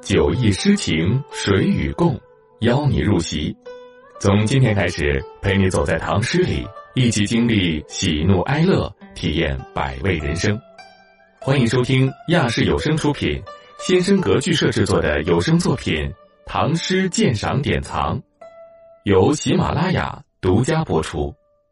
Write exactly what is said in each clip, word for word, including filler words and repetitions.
酒意诗情，谁与共？邀你入席。从今天开始，陪你走在唐诗里，一起经历喜怒哀乐，体验百味人生。欢迎收听亚视有声出品，先声格剧社制作的有声作品《唐诗鉴赏典藏》，由喜马拉雅独家播出。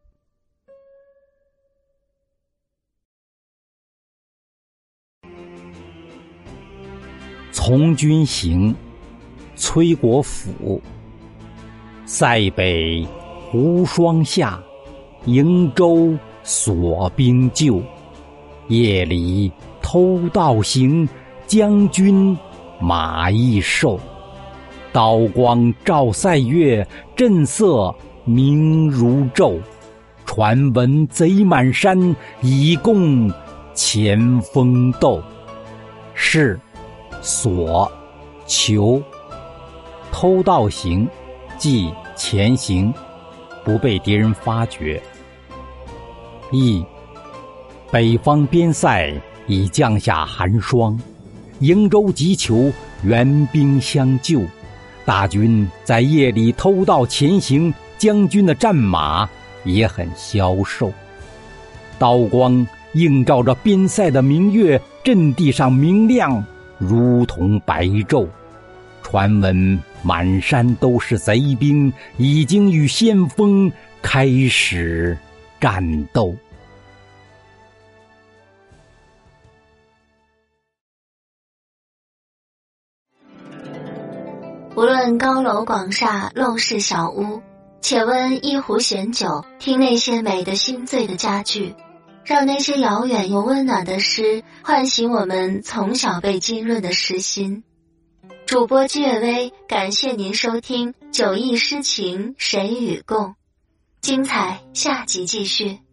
从军行，崔国辅。塞北无霜下，瀛洲锁兵就。夜里偷盗行，将军马亦瘦。刀光照塞月，震色明如昼。传闻贼满山，以供前锋斗。是所求偷盗行，即前行，不被敌人发觉。亦北方边塞已降下寒霜，瀛洲急求援兵相救。大军在夜里偷盗前行，将军的战马也很消瘦。刀光映照着边塞的明月，阵地上明亮如同白昼。传闻满山都是贼兵，已经与先锋开始战斗。 无论高楼广厦，陋室小屋，且温一壶闲酒，听那些美得心醉的佳句，让那些遥远又温暖的诗唤醒我们从小被浸润的诗心。主播姬悦薇，感谢您收听《酒意诗情，谁与共》，精彩下集继续。